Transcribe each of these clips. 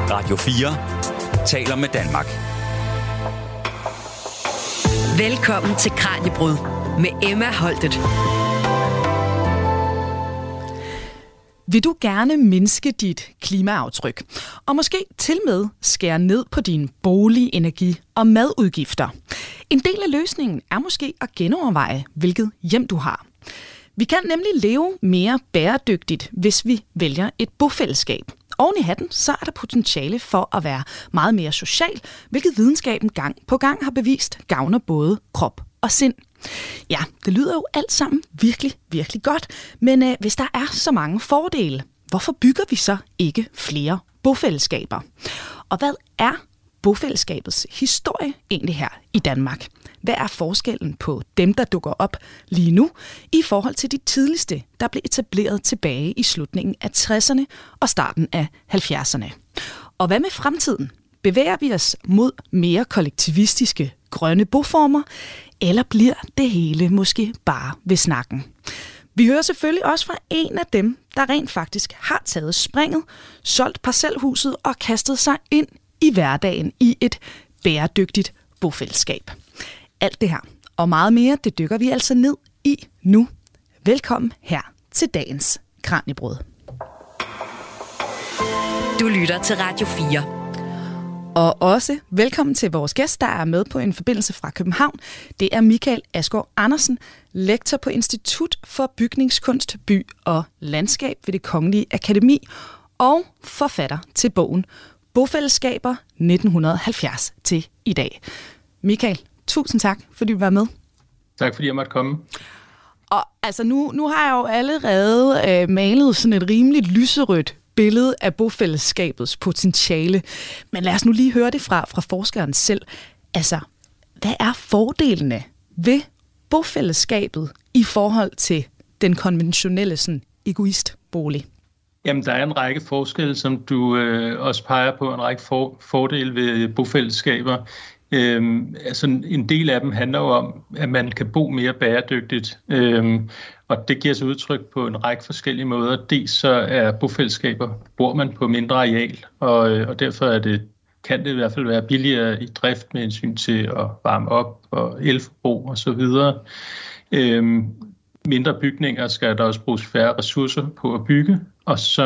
Radio 4 taler med Danmark. Velkommen til Kraniebrud med Emma Holtet. Vil du gerne mindske dit klimaaftryk, og måske til med skære ned på dine bolig-, energi- og madudgifter? En del af løsningen er måske at genoverveje, hvilket hjem du har. Vi kan nemlig leve mere bæredygtigt, hvis vi vælger et bofællesskab. Oven i hatten, så er der potentiale for at være meget mere social, hvilket videnskaben gang på gang har bevist gavner både krop og sind. Ja, det lyder jo alt sammen virkelig, virkelig godt, men hvis der er så mange fordele, hvorfor bygger vi så ikke flere bofællesskaber? Og hvad er bofællesskabets historie egentlig her i Danmark? Hvad er forskellen på dem, der dukker op lige nu, i forhold til de tidligste, der blev etableret tilbage i slutningen af 60'erne og starten af 70'erne? Og hvad med fremtiden? Bevæger vi os mod mere kollektivistiske, grønne boformer, eller bliver det hele måske bare ved snakken? Vi hører selvfølgelig også fra en af dem, der rent faktisk har taget springet, solgt parcelhuset og kastet sig ind i hverdagen i et bæredygtigt bofællesskab. Alt det her og meget mere, det dykker vi altså ned i nu. Velkommen her til dagens Kraniebrud. Du lytter til Radio 4. Og også velkommen til vores gæst, der er med på en forbindelse fra København. Det er Michael Asgaard Andersen, lektor på Institut for Bygningskunst, By og Landskab ved Det Kongelige Akademi og forfatter til bogen Bofællesskaber 1970 til i dag. Michael, tusind tak, fordi du var med. Tak fordi jeg måtte komme. Og altså nu har jeg jo allerede malet sådan et rimeligt lyserødt billede af bofællesskabets potentiale. Men lad os nu lige høre det fra forskeren selv. Altså, hvad er fordelene ved bofællesskabet i forhold til den konventionelle sådan, egoistbolig? Jamen, der er en række forskelle, som du også peger på, en række fordele ved bofællesskaber. Altså en del af dem handler jo om, at man kan bo mere bæredygtigt, og det giver sig udtryk på en række forskellige måder. Dels så er bofællesskaber, bor man på mindre areal, og derfor kan det i hvert fald være billigere i drift med hensyn til at varme op og elforbrug og så videre. Mindre bygninger skal der også bruges færre ressourcer på at bygge, og så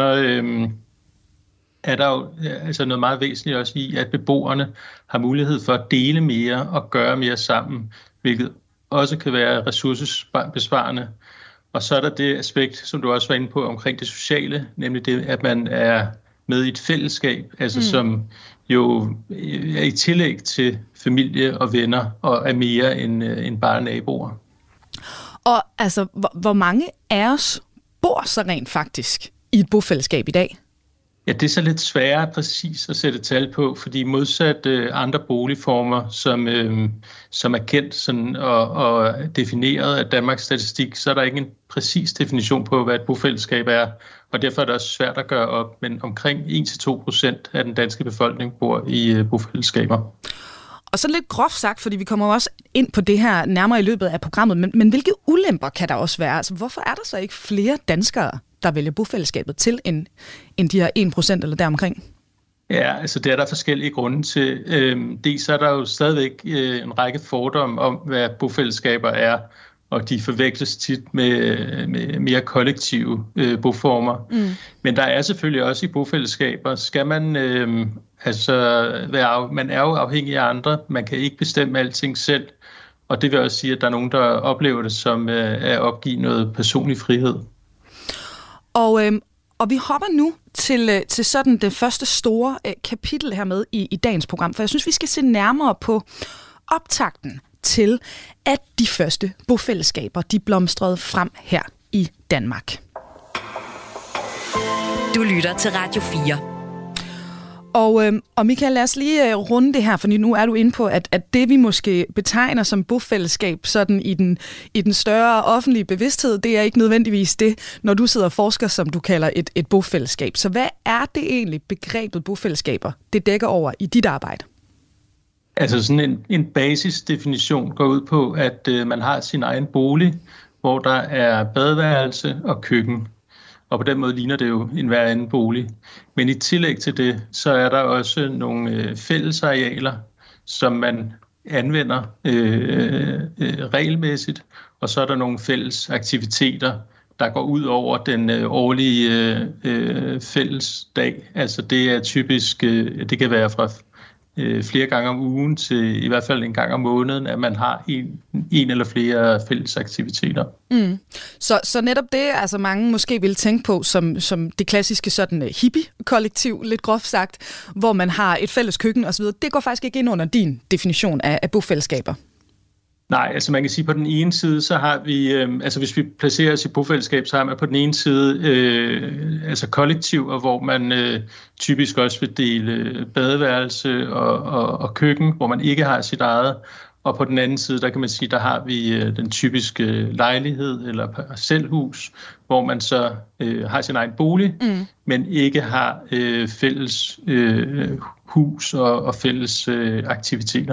er der jo altså noget meget væsentligt også i, at beboerne har mulighed for at dele mere og gøre mere sammen, hvilket også kan være ressourcebesparende. Og så er der det aspekt, som du også var inde på, omkring det sociale, nemlig det, at man er med i et fællesskab, altså som jo er i tillæg til familie og venner og er mere end bare naboer. Og altså, hvor mange af os bor så rent faktisk i et bofællesskab i dag? Ja, det er så lidt sværere præcis at sætte tal på, fordi modsat andre boligformer, som er kendt sådan, og defineret af Danmarks Statistik, så er der ikke en præcis definition på, hvad et bofællesskab er, og derfor er det også svært at gøre op, men omkring 1-2% af den danske befolkning bor i bofællesskaber. Og så lidt groft sagt, fordi vi kommer også ind på det her nærmere i løbet af programmet, men hvilke ulemper kan der også være? Altså, hvorfor er der så ikke flere danskere, der vælger bofællesskabet til, end de her 1% eller deromkring? Ja, altså det er der forskellige grunde til. Dels er der jo stadigvæk en række fordomme om, hvad bofællesskaber er, og de forveksles tit med mere kollektive boformer. Men der er selvfølgelig også i bofællesskaber, skal man man er jo afhængig af andre, man kan ikke bestemme alting selv, og det vil også sige, at der er nogen, der oplever det som at opgive noget personlig frihed. Og vi hopper nu til sådan det første store kapitel her med i dagens program, for jeg synes, vi skal se nærmere på optakten til, at de første bofællesskaber, de blomstrede frem her i Danmark. Du lytter til Radio 4. Og Michael, lad os lige runde det her, for nu er du inde på, at det vi måske betegner som bofællesskab sådan i den større offentlige bevidsthed, det er ikke nødvendigvis det, når du sidder og forsker, som du kalder et bofællesskab. Så hvad er det egentlig, begrebet bofællesskaber, det dækker over i dit arbejde? Altså sådan en basisdefinition går ud på, at man har sin egen bolig, hvor der er badeværelse og køkken. og på den måde ligner det jo en hver anden bolig. Men i tillæg til det, så er der også nogle fællesarealer, som man anvender regelmæssigt, og så er der nogle fælles aktiviteter, der går ud over den årlige fællesdag. Altså det er typisk, det kan være fra flere gange om ugen til i hvert fald en gang om måneden, at man har en eller flere fælles aktiviteter. Mm. Så netop det, altså mange måske vil tænke på som det klassiske sådan hippie-kollektiv, lidt groft sagt, hvor man har et fælles køkken osv., det går faktisk ikke ind under din definition af bofællesskaber. Nej, altså man kan sige, på den ene side, så har vi, altså hvis vi placerer os i bofællesskab, så har man på den ene side altså kollektiver, hvor man typisk også vil dele badeværelse og køkken, hvor man ikke har sit eget. Og på den anden side, der kan man sige, der har vi den typiske lejlighed eller parcelhus, hvor man så har sin egen bolig, men ikke har fælles hus og fælles aktiviteter.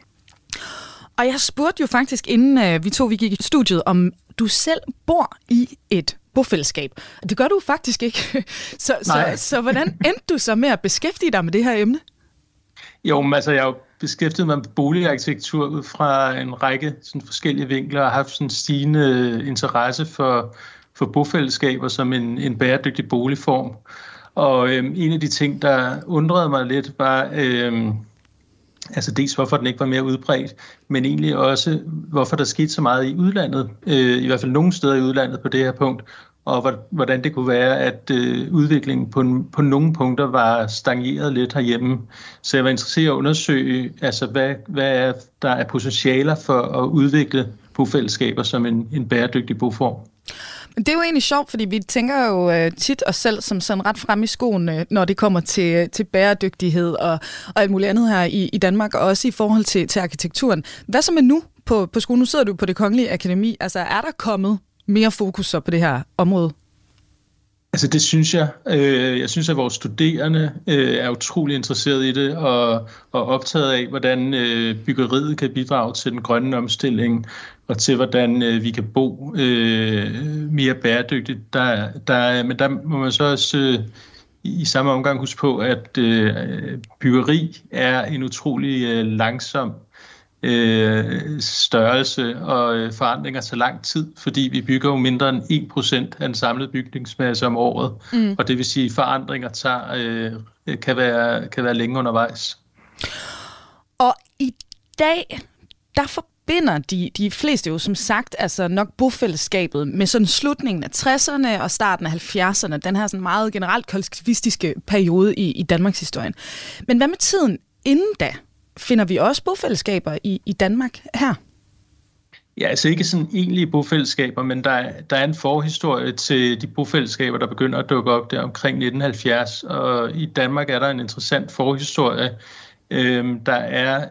Og jeg spurgte jo faktisk, inden vi gik i studiet, om du selv bor i et bofællesskab. Det gør du faktisk ikke. Så hvordan endte du så med at beskæftige dig med det her emne? Jo, men altså jeg har jo beskæftiget mig med boligarkitektur ud fra en række sådan forskellige vinkler og har haft sådan en stigende interesse for bofællesskaber som en bæredygtig boligform. Og en af de ting, der undrede mig lidt, var altså dels hvorfor den ikke var mere udbredt, men egentlig også hvorfor der skete så meget i udlandet, i hvert fald nogle steder i udlandet på det her punkt, og hvordan det kunne være, at udviklingen på nogle punkter var stagneret lidt herhjemme. Så jeg var interesseret i at undersøge, altså hvad der er potentialer for at udvikle bofællesskaber som en bæredygtig boform. Det er jo egentlig sjovt, fordi vi tænker jo tit os selv som sådan ret frem i skoen, når det kommer til bæredygtighed og alt muligt andet her i Danmark, og også i forhold til arkitekturen. Hvad så med nu på skolen? Nu sidder du på Det Kongelige Akademi. Altså er der kommet mere fokus så på det her område? Altså det synes jeg. Jeg synes, at vores studerende er utrolig interesserede i det og optaget af, hvordan byggeriet kan bidrage til den grønne omstilling og til, hvordan vi kan bo mere bæredygtigt. Men der må man så også i samme omgang huske på, at byggeri er en utrolig langsom størrelse, og forandringer tager lang tid, fordi vi bygger jo mindre end 1% af den samlede bygningsmasse om året, og det vil sige, at forandringer kan være længe undervejs. Og i dag, der forbinder de fleste jo som sagt altså nok bofællesskabet med sådan slutningen af 60'erne og starten af 70'erne, den her sådan meget generelt kollektivistiske periode i Danmarks historien. Men hvad med tiden inden da? Finder vi også bofællesskaber i Danmark her? Ja, altså ikke sådan egentlige bofællesskaber, men der er en forhistorie til de bofællesskaber, der begynder at dukke op der omkring 1970, og i Danmark er der en interessant forhistorie. Der er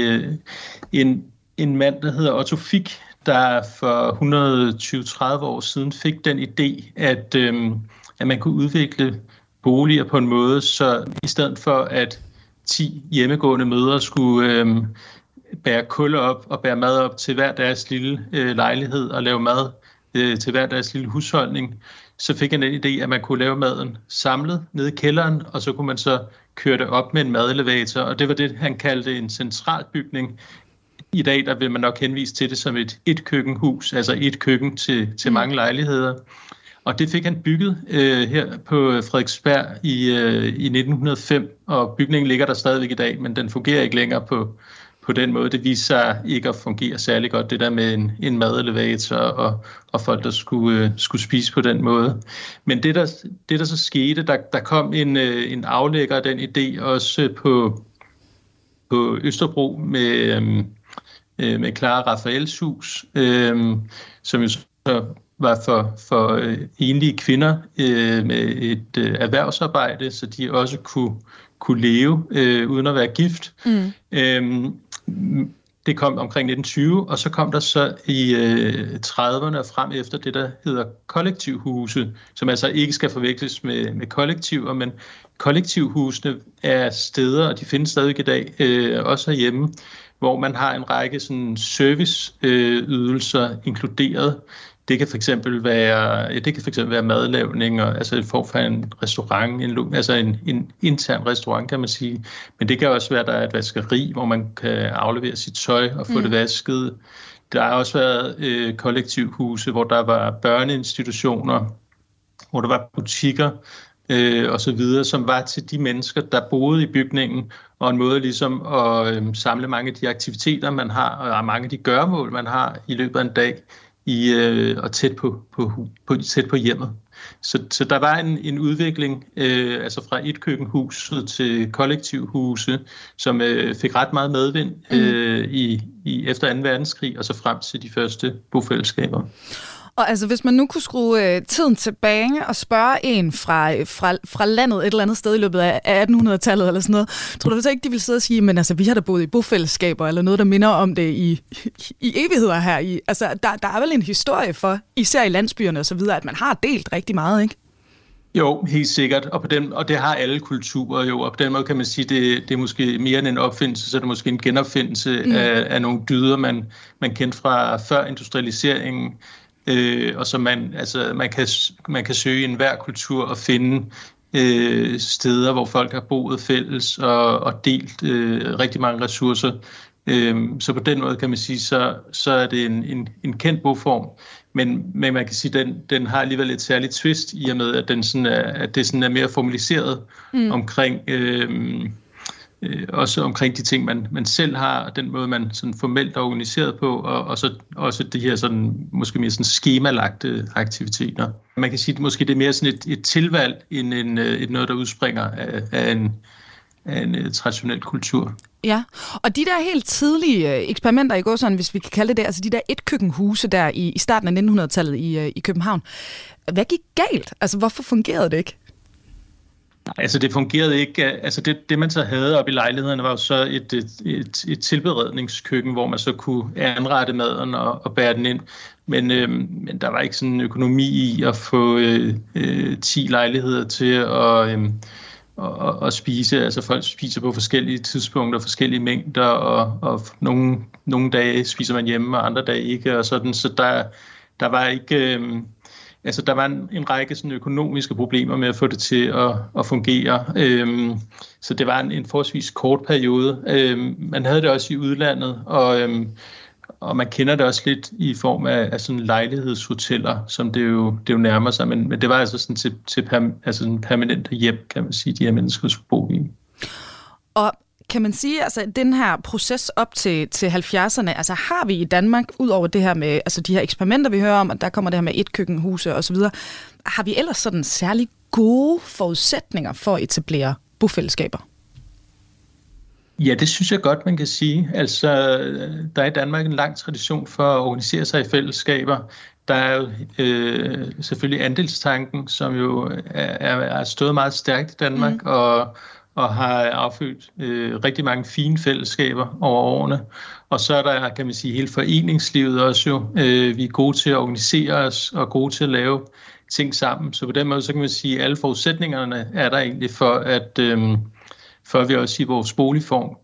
en mand, der hedder Otto Fick, der for 120-30 år siden fik den idé, at man kunne udvikle boliger på en måde, så i stedet for at 10 hjemmegående mødre skulle bære kul op og bære mad op til hver deres lille lejlighed og lave mad til hver deres lille husholdning, så fik han den idé, at man kunne lave maden samlet nede i kælderen, og så kunne man så køre det op med en madelevator, og det var det, han kaldte en centralbygning. I dag der vil man nok henvise til det som et køkkenhus, altså et køkken til mange lejligheder. Og det fik han bygget her på Frederiksberg i 1905, og bygningen ligger der stadigvæk i dag, men den fungerer ikke længere på den måde. Det viser sig ikke at fungere særlig godt, det der med en madelevator og folk, der skulle spise på den måde. Men det der så skete, der kom en aflægger af den idé også på Østerbro med Clara Rafaels hus, som jo så var for enlige kvinder med et erhvervsarbejde, så de også kunne leve uden at være gift. Det kom omkring 1920, og så kom der så i 30'erne og frem efter det, der hedder kollektivhuse, som altså ikke skal forveksles med kollektiver, men kollektivhusene er steder, og de findes stadig i dag, også herhjemme, hvor man har en række sådan serviceydelser inkluderet. Det kan fx være madlavning, og, altså en form for en restaurant, en intern restaurant, kan man sige. Men det kan også være, at der er et vaskeri, hvor man kan aflevere sit tøj og få det vasket. Der har også været kollektivhuse, hvor der var børneinstitutioner, hvor der var butikker og så videre, som var til de mennesker, der boede i bygningen, og en måde ligesom at samle mange af de aktiviteter, man har, og mange af de gøremål, man har i løbet af en dag, og tæt på hjemmet. Så der var en udvikling altså fra etkøkkenhuset til kollektivhuse, som fik ret meget medvind efter 2. verdenskrig, og så frem til de første bofællesskaber. Og altså, hvis man nu kunne skrue tiden tilbage og spørge en fra landet et eller andet sted i løbet af 1800-tallet eller sådan noget, tror du så ikke, de ville sidde og sige, men altså, vi har da boet i bofællesskaber eller noget, der minder om det i evigheder her. Altså, der er vel en historie for, især i landsbyerne og så videre, at man har delt rigtig meget, ikke? Jo, helt sikkert, og det har alle kulturer jo, og på den måde kan man sige, det er måske mere end en opfindelse, så er det måske en genopfindelse af nogle dyder, man kendte fra før industrialiseringen, og så man kan søge i enhver kultur og finde steder, hvor folk har boet fælles og delt rigtig mange ressourcer. Så på den måde kan man sige, så er det en kendt boform, men man kan sige, at den har alligevel et særligt twist i og med, at det sådan er mere formaliseret omkring også omkring de ting, man selv har, og den måde, man sådan formelt er organiseret på, og så også de her sådan, måske mere sådan skemalagte aktiviteter. Man kan sige, at måske det er mere sådan et tilvalg, end noget, der udspringer af en traditionel kultur. Ja, og de der helt tidlige eksperimenter i gåsøjne, hvis vi kan kalde det, altså de der etkøkkenhuse der i starten af 1900-tallet i København, hvad gik galt? Altså, hvorfor fungerede det ikke? Altså det fungerede ikke. Altså det man så havde oppe i lejlighederne var jo så et tilberedningskøkken, hvor man så kunne anrette maden og bære den ind. Men der var ikke sådan økonomi i at få 10 lejligheder til at spise. Altså folk spiser på forskellige tidspunkter, forskellige mængder, og nogle dage spiser man hjemme, og andre dage ikke, og sådan. Så der var ikke... Altså, der var en række sådan økonomiske problemer med at få det til at fungere. Så det var en forholdsvis kort periode. Man havde det også i udlandet, og man kender det også lidt i form af sådan lejlighedshoteller, som det jo nærmer sig. Men det var altså sådan til en permanent hjem, kan man sige, de her mennesker skulle bo i. Og kan man sige, altså den her proces op til 70'erne, altså har vi i Danmark, ud over det her med altså de her eksperimenter, vi hører om, at der kommer det her med etkøkkenhuse og så videre, har vi ellers sådan særlig gode forudsætninger for at etablere bofællesskaber? Ja, det synes jeg godt, man kan sige. Altså, der er i Danmark en lang tradition for at organisere sig i fællesskaber. Der er jo selvfølgelig andelstanken, som jo er stået meget stærkt i Danmark, og har affødt rigtig mange fine fællesskaber over årene. Og så er der, kan man sige, hele foreningslivet også jo. Vi er gode til at organisere os og gode til at lave ting sammen. Så på den måde, så kan man sige, at alle forudsætningerne er der egentlig for, at vi også i vores boligform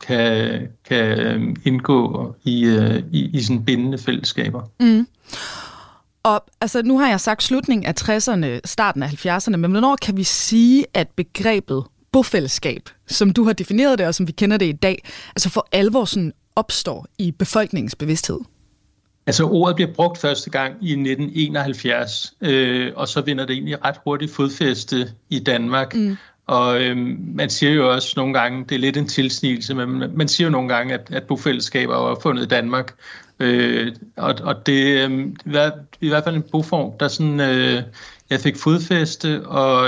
kan indgå i sådan bindende fællesskaber. Mm. Og altså, nu har jeg sagt slutningen af 60'erne, starten af 70'erne, men hvornår kan vi sige, at begrebet bofællesskab, som du har defineret det, og som vi kender det i dag, altså for alvor sådan opstår i befolkningens bevidsthed? Altså ordet bliver brugt første gang i 1971, og så vinder det egentlig ret hurtigt fodfæste i Danmark. Mm. Og man siger jo også nogle gange, det er lidt en tilsnigelse, men man siger jo nogle gange, at bofællesskaber er opfundet i Danmark. Og det er i hvert fald en boform, der sådan, jeg fik fodfæste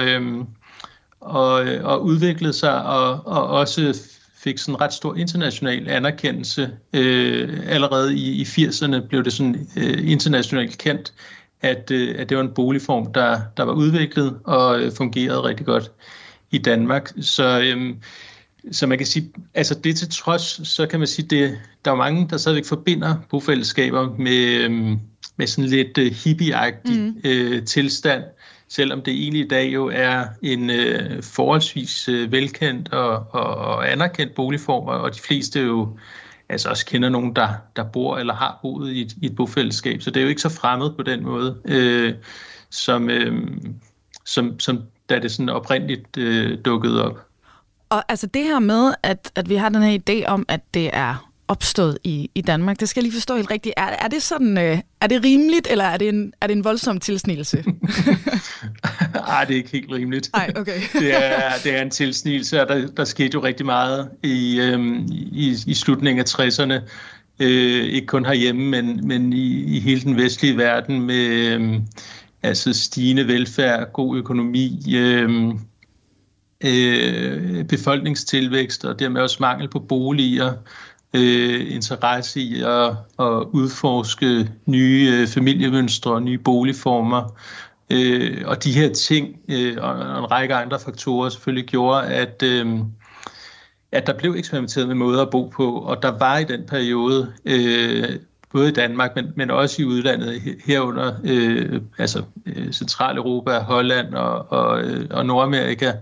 og udviklede sig, og også fik sådan ret stor international anerkendelse. Allerede i 80'erne blev det sådan internationalt kendt, at det var en boligform, der var udviklet og fungerede rigtig godt i Danmark. Så man kan sige, altså det til trods, så kan man sige, der er mange, der stadigvæk forbinder bofællesskaber med sådan lidt hippie-agtig tilstand, selvom det egentlig i dag jo er en forholdsvis velkendt og anerkendt boligform, og de fleste jo altså også kender nogen, der bor eller har boet i et bofællesskab. Så det er jo ikke så fremmed på den måde, som da det sådan oprindeligt dukkede op. Og altså det her med, at vi har den her idé om, at det er opstået i Danmark, det skal jeg lige forstå helt rigtigt. Er det sådan, er det rimeligt, eller er det en voldsom tilsnigelse? Nej, det er ikke helt rimeligt. Nej, okay. det er en tilsnigelse, og der skete jo rigtig meget i slutningen af 60'erne. Ikke kun herhjemme, men i hele den vestlige verden med altså stigende velfærd, god økonomi, befolkningstilvækst og dermed også mangel på boliger, interesse i at udforske nye familiemønstre og nye boligformer. Og de her ting og en række andre faktorer selvfølgelig gjorde, at der blev eksperimenteret med måder at bo på, og der var i den periode, både i Danmark, men også i udlandet, herunder Centraleuropa, Holland og Nordamerika,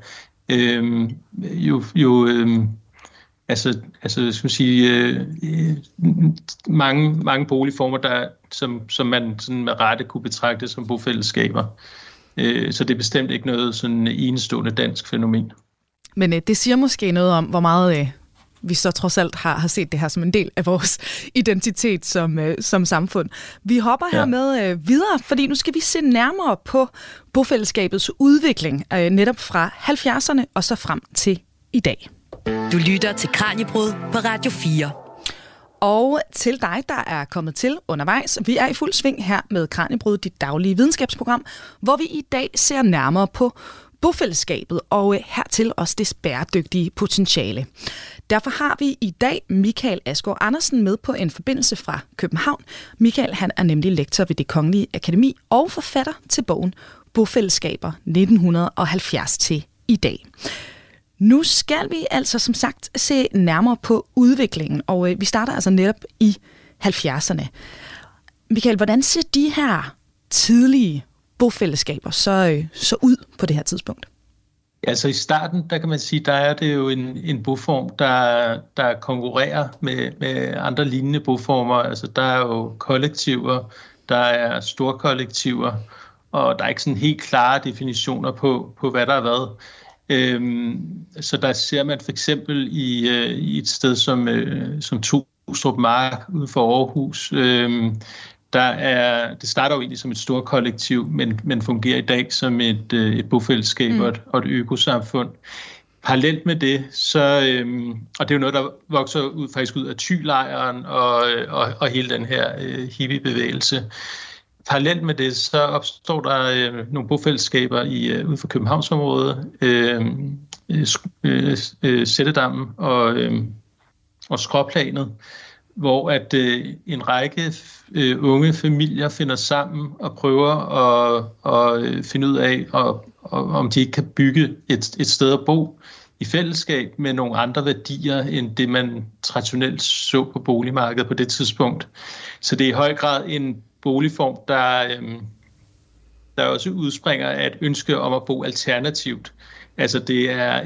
skal man sige, mange boligformer, som man sådan med rette kunne betragte som bofællesskaber. Så det er bestemt ikke noget sådan enestående dansk fænomen. Men det siger måske noget om, hvor meget vi så trods alt har set det her som en del af vores identitet som samfund. Vi hopper her med videre, fordi nu skal vi se nærmere på bofællesskabets udvikling, netop fra 70'erne og så frem til i dag. Du lytter til Kraniebrud på Radio 4. Og til dig, der er kommet til undervejs. Vi er i fuld sving her med Kraniebrud, dit daglige videnskabsprogram, hvor vi i dag ser nærmere på bofællesskabet og hertil også det bæredygtige potentiale. Derfor har vi i dag Michael Asgaard Andersen med på en forbindelse fra København. Michael, han er nemlig lektor ved Det Kongelige Akademi og forfatter til bogen Bofællesskaber 1970 til i dag. Nu skal vi altså som sagt se nærmere på udviklingen, og vi starter altså netop i 70'erne. Michael, hvordan ser de her tidlige bofællesskaber så ud på det her tidspunkt? Altså i starten, der kan man sige, der er det jo en boform, der konkurrerer med andre lignende boformer. Altså der er jo kollektiver, der er storkollektiver, og der er ikke sådan helt klare definitioner på hvad der er hvad. Så der ser man for eksempel i et sted som Tostrup Mark uden for Aarhus, det starter jo egentlig som et stort kollektiv, men fungerer i dag som et bofællesskab og et økosamfund. Parallelt med det, og det er jo noget, der vokser faktisk ud af Thylejren og hele den her hippiebevægelse. Parallelt med det, så opstår der nogle bofællesskaber uden for Københavnsområdet, Sættedammen og Skråplanet, hvor at en række unge familier finder sammen og prøver at finde ud af, om de ikke kan bygge et sted at bo i fællesskab med nogle andre værdier, end det man traditionelt så på boligmarkedet på det tidspunkt. Så det er i høj grad en boligform, der også udspringer af et ønske om at bo alternativt. Altså det er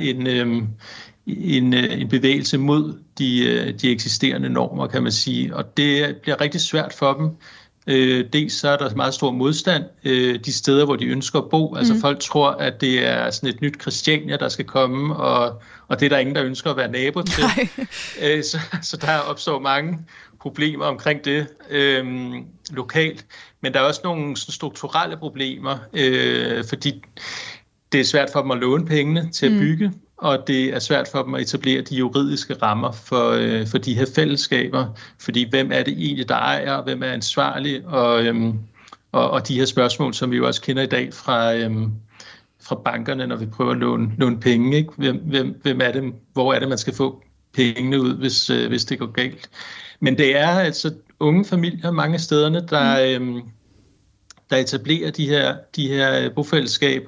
en bevægelse mod de eksisterende normer, kan man sige. Og det bliver rigtig svært for dem. Dels så er der meget stor modstand de steder, hvor de ønsker at bo. Altså folk tror, at det er sådan et nyt Christiania, der skal komme, og det er der ingen, der ønsker at være nabo til. Så der opstår mange problemer omkring det lokalt. Men der er også nogle strukturelle problemer, fordi det er svært for dem at låne pengene til at bygge, og det er svært for dem at etablere de juridiske rammer for de her fællesskaber. Fordi hvem er det egentlig, der ejer, hvem er ansvarlig, og de her spørgsmål, som vi jo også kender i dag fra bankerne, når vi prøver at låne penge. Ikke? Hvem er det, hvor er det, man skal få pengene ud, hvis det går galt. Men det er altså unge familier mange af stederne, der etablerer de her bofællesskaber,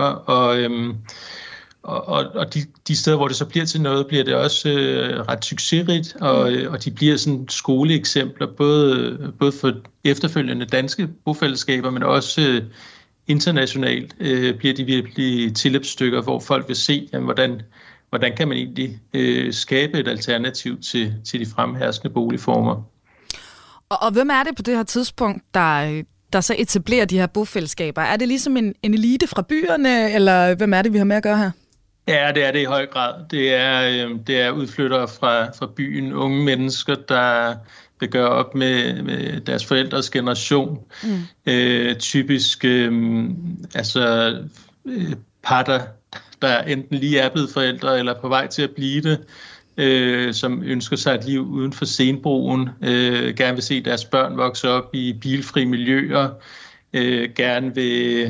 og de steder, hvor det så bliver til noget, bliver det også ret succesrigt, og de bliver sådan skoleeksempler, både for efterfølgende danske bofællesskaber, men også internationalt bliver de virkelig tilløbsstykker, hvor folk vil se, jamen, hvordan kan man egentlig skabe et alternativ til de fremherskende boligformer. Og hvem er det på det her tidspunkt, der så etablerer de her bofællesskaber? Er det ligesom en elite fra byerne, eller hvem er det, vi har med at gøre her? Ja, det er det i høj grad. Det er udflyttere fra byen, unge mennesker, der vil gøre op med deres forældres generation. Typisk par, der enten lige er blevet forældre, eller på vej til at blive det, som ønsker sig et liv uden for Stenbroen, gerne vil se deres børn vokse op i bilfri miljøer, gerne vil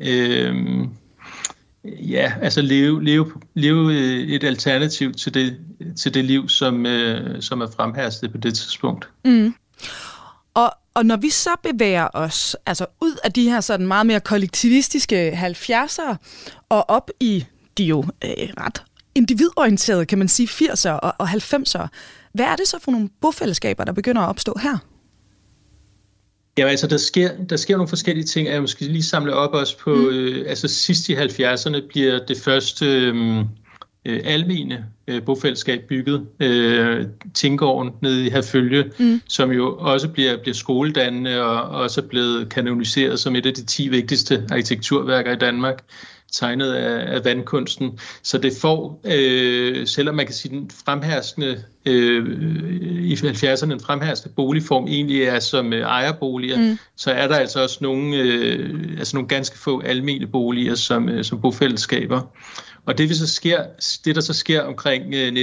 leve et alternativ til det liv, som er fremhersket på det tidspunkt. Og når vi så bevæger os altså ud af de her sådan meget mere kollektivistiske 70'ere og op i de jo ret individorienterede, kan man sige, 80'ere og 90'ere, hvad er det så for nogle bofællesskaber, der begynder at opstå her? Ja, altså der sker nogle forskellige ting. Jeg måske lige samle op også på, sidst i 70'erne bliver det første almene bofællesskab bygget, Tinggården nede i Herfølge, som jo også bliver skoledannende og også er blevet kanoniseret som et af de 10 vigtigste arkitekturværker i Danmark, tegnet af vandkunsten. Så det får, selvom man kan sige, den fremherskende i 70'erne, den fremherskende boligform egentlig er som ejerboliger, så er der altså også nogle ganske få almene boliger som bofællesskaber. Og det der så sker omkring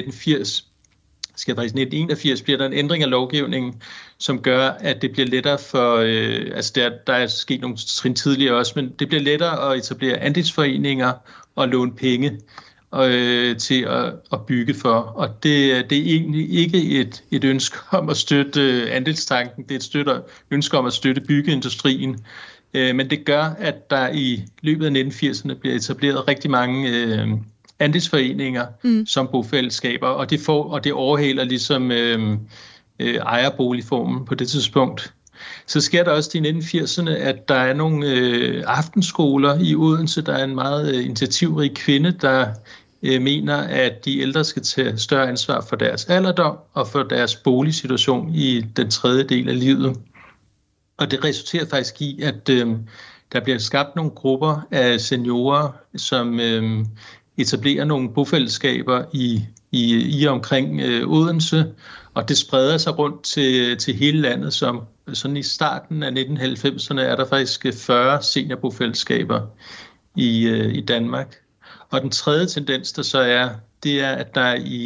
1981 bliver der en ændring af lovgivningen, som gør, at det bliver lettere for, der er sket nogle trin tidligere også, men det bliver lettere at etablere andelsforeninger og låne penge til at bygge for. Og det er egentlig ikke et ønske om at støtte andelstanken, det er et ønske om at støtte byggeindustrien. Men det gør, at der i løbet af 1980'erne bliver etableret rigtig mange andelsforeninger som bofællesskaber, og det overhaler ligesom ejerboligformen på det tidspunkt. Så sker der også i 1980'erne, at der er nogle aftenskoler i Odense. Der er en meget initiativrig kvinde, der mener, at de ældre skal tage større ansvar for deres alderdom og for deres boligsituation i den tredje del af livet. Og det resulterer faktisk i, at der bliver skabt nogle grupper af seniorer, som etablerer nogle bofællesskaber i omkring Odense, og det spreder sig rundt til hele landet, som sådan i starten af 1990'erne er der faktisk 40 seniorbofællesskaber i Danmark. Og den tredje tendens, der så er, det er, at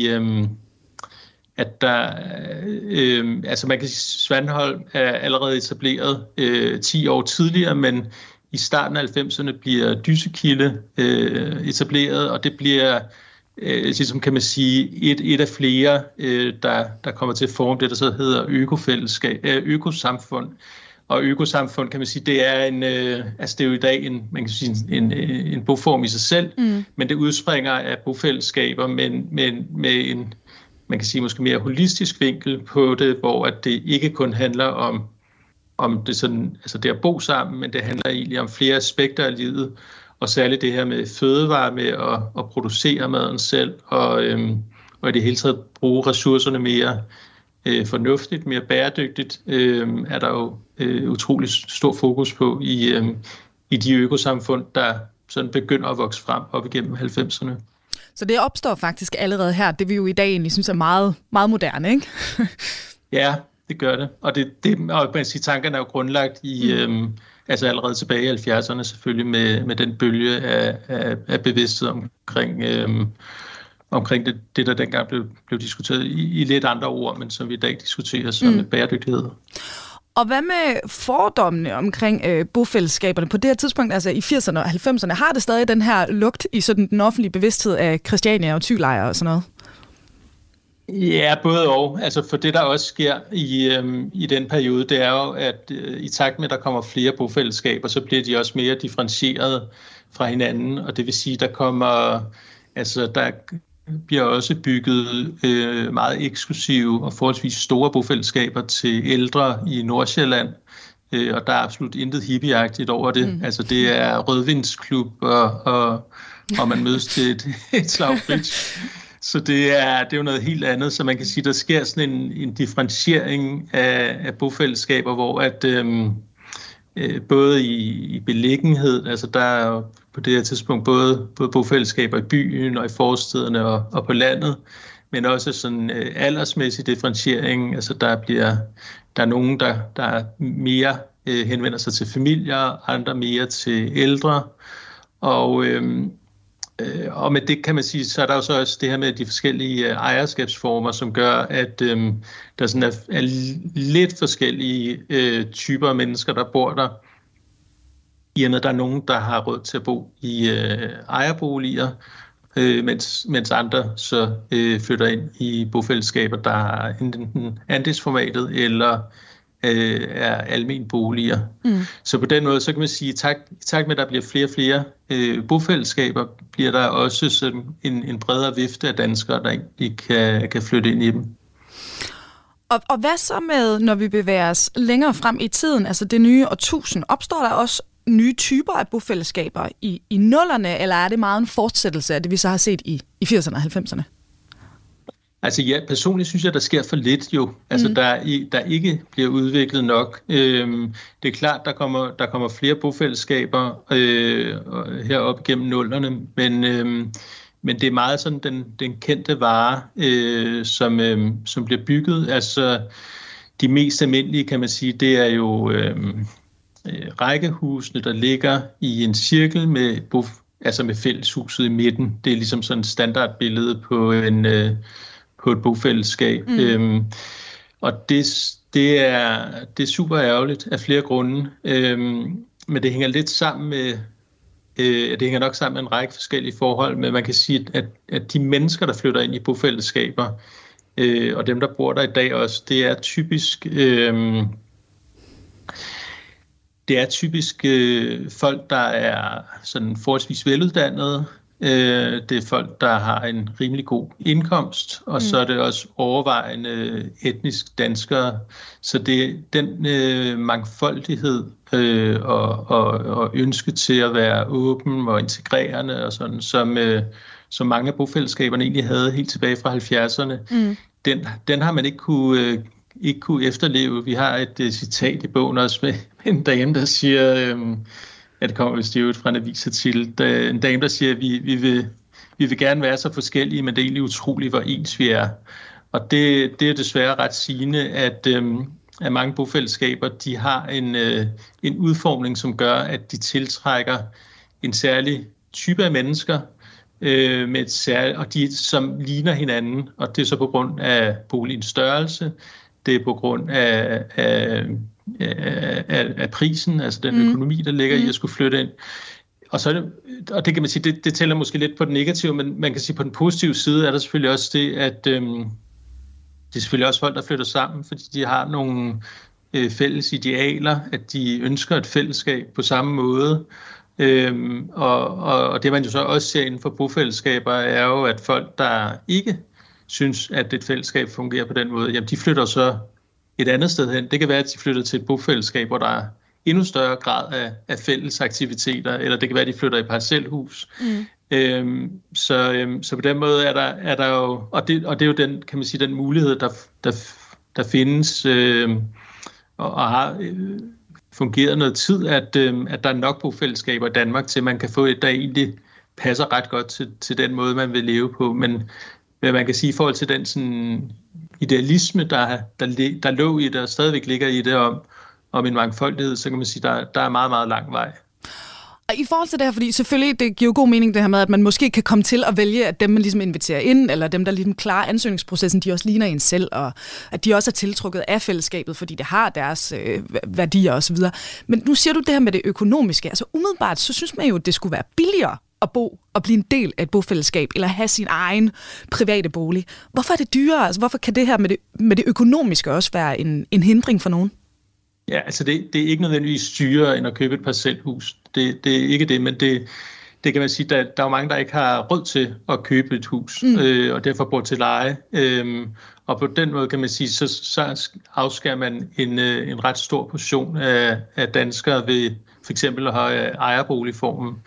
man kan sige, Svanholm er allerede etableret 10 år tidligere, men i starten af 90'erne bliver Dyssekilde etableret, og det bliver, ligesom kan man sige, et af flere, der kommer til at forme det, der så hedder økosamfund. Og økosamfund, kan man sige, det er det er jo i dag man kan sige, en boform i sig selv, men det udspringer af bofællesskaber, men med en, man kan sige, måske mere holistisk vinkel på det, hvor at det ikke kun handler om det sådan, altså det at bo sammen, men det handler egentlig om flere aspekter af livet, og særligt det her med fødevarer, med at producere maden selv, og i det hele taget bruge ressourcerne mere fornuftigt, mere bæredygtigt, er der jo utrolig stor fokus på i de økosamfund, der sådan begynder at vokse frem op igennem 90'erne. Så det opstår faktisk allerede her, det vi jo i dag egentlig synes er meget, meget moderne, ikke? Ja, det gør det. Og og man siger, tankerne er jo grundlagt i allerede tilbage i 70'erne selvfølgelig med den bølge af bevidsthed omkring det, der dengang blev diskuteret i lidt andre ord, men som vi i dag diskuterer som bæredygtighed. Og hvad med fordommene omkring bofællesskaberne på det her tidspunkt, altså i 80'erne og 90'erne? Har det stadig den her lugt i sådan den offentlige bevidsthed af Christiania og Thylejre og sådan noget? Ja, både og. Altså for det, der også sker i den periode, det er jo, at i takt med, at der kommer flere bofællesskaber, så bliver de også mere differentieret fra hinanden, og det vil sige, der bliver også bygget meget eksklusive og forholdsvis store bofællesskaber til ældre i Nordsjælland, og der er absolut intet hippieagtigt over det. Altså det er rødvinsklub og man mødes til et slag bridge. Så det er jo noget helt andet, så man kan sige, der sker sådan en differentiering af bofællesskaber, hvor at både i beliggenhed, altså der er jo på det her tidspunkt både bofællesskaber i byen og i forstederne og på landet, men også sådan aldersmæssig differentiering, altså der er nogen, der mere henvender sig til familier, andre mere til ældre, og med det kan man sige, så er der jo så også det her med de forskellige ejerskabsformer, som gør, at der sådan er lidt forskellige typer af mennesker, der bor der. I og med, at der er nogen, der har råd til at bo i ejerboliger, mens andre så flytter ind i bofællesskaber, der er enten andelsformatet eller er almene boliger. Så på den måde, så kan man sige, i takt med, at der bliver flere og flere bofællesskaber, bliver der også sådan en bredere vifte af danskere, der egentlig kan flytte ind i dem. Og hvad så med, når vi bevæger os længere frem i tiden, altså det nye årtusind, opstår der også nye typer af bofællesskaber i 00'erne, eller er det meget en fortsættelse af det, vi så har set i 80'erne og 90'erne? Altså ja, personligt synes jeg, der sker for lidt jo. Altså der ikke bliver udviklet nok. Det er klart, der kommer flere bofællesskaber herop igennem 00'erne, men det er meget sådan den kendte vare, som bliver bygget. Altså de mest almindelige, kan man sige, det er jo rækkehusene, der ligger i en cirkel med fælleshuset i midten. Det er ligesom sådan et standardbillede på et bofællesskab. Og det er super ærgerligt af flere grunde. Men det hænger lidt sammen med det hænger nok sammen med en række forskellige forhold, men man kan sige, at de mennesker, der flytter ind i bofællesskaber, og dem, der bor der i dag også, det er typisk folk, der er sådan forholdsvis veluddannede. Det er folk, der har en rimelig god indkomst, og så er det også overvejende etnisk danskere. Så det er den mangfoldighed og ønske til at være åben og integrerende og sådan, som mange af bofællesskaberne egentlig havde helt tilbage fra 70'erne. Den har man ikke kunne efterleve. Vi har et citat i bogen også med en dame, der siger, det kommer vist ud fra en avisartikel, en dame, der siger, at vi vil gerne være så forskellige, men det er egentlig utroligt, hvor ens vi er. Og det er desværre ret sigende, at mange bofællesskaber, de har en udformning, som gør, at de tiltrækker en særlig type af mennesker, og de som ligner hinanden, og det er så på grund af boligens størrelse, det er på grund af prisen, altså den økonomi, der ligger i at skulle flytte ind. Og det kan man sige, det tæller måske lidt på den negative, men man kan sige på den positive side er der selvfølgelig også det, at det er selvfølgelig også folk, der flytter sammen, fordi de har nogle fælles idealer, at de ønsker et fællesskab på samme måde. Og det man jo så også ser inden for bofællesskaber, er jo, at folk, der ikke synes, at et fællesskab fungerer på den måde, jamen de flytter så et andet sted hen. Det kan være, at de flytter til et bofællesskab, hvor der er endnu større grad af fælles aktiviteter, eller det kan være, at de flytter i parcelhus. Så på den måde er der jo, og det er jo den, kan man sige, den mulighed, der findes, og har fungeret noget tid, at der er nok bofællesskaber i Danmark til, at man kan få et, der egentlig passer ret godt til den måde, man vil leve på. Men man kan sige, i forhold til den sådan idealisme, der lå i det, og stadigvæk ligger i det om en mangfoldighed, så kan man sige, der er meget, meget lang vej. Og i forhold til det her, fordi selvfølgelig, det giver jo god mening det her med, at man måske kan komme til at vælge, at dem, man ligesom inviterer ind, eller dem, der ligesom klarer ansøgningsprocessen, de også ligner en selv, og at de også er tiltrukket af fællesskabet, fordi det har deres værdier osv. Men nu siger du det her med det økonomiske. Altså umiddelbart, så synes man jo, at det skulle være billigere at bo og blive en del af et bofællesskab, eller have sin egen private bolig. Hvorfor er det dyrere? Altså, hvorfor kan det her med det økonomiske også være en hindring for nogen? Ja, altså det er ikke nødvendigvis dyrere end at købe et parcelhus. Det er ikke det, men det kan man sige, der er jo mange, der ikke har råd til at købe et hus, og derfor bor til leje. Og på den måde kan man sige, så afskærer man en ret stor portion af danskere ved for eksempel at have ejerboligformen.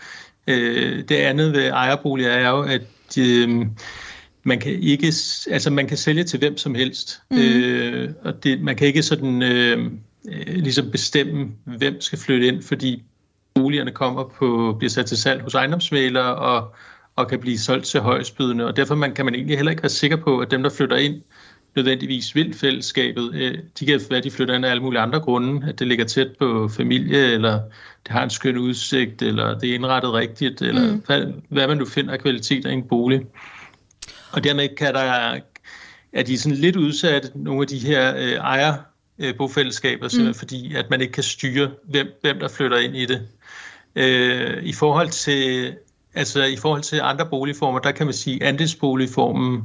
Det andet ved ejerboliger er jo, at man kan sælge til hvem som helst. Og man kan ikke sådan ligesom bestemme, hvem skal flytte ind, fordi boligerne bliver sat til salg hos ejendomsmæglere og kan blive solgt til højestbydende. Og derfor kan man egentlig heller ikke være sikker på, at dem, der flytter ind, nødvendigvis vil fællesskabet. De kan være, de flytter ind af alle mulige andre grunde, at det ligger tæt på familie, eller det har en skøn udsigt, eller det er indrettet rigtigt, eller hvad man nu finder af kvalitet af en bolig. Og dermed er de sådan lidt udsatte, nogle af de her ejerbofællesskaber, fordi at man ikke kan styre, hvem der flytter ind i det. I forhold til andre boligformer, der kan man sige, at andelsboligformen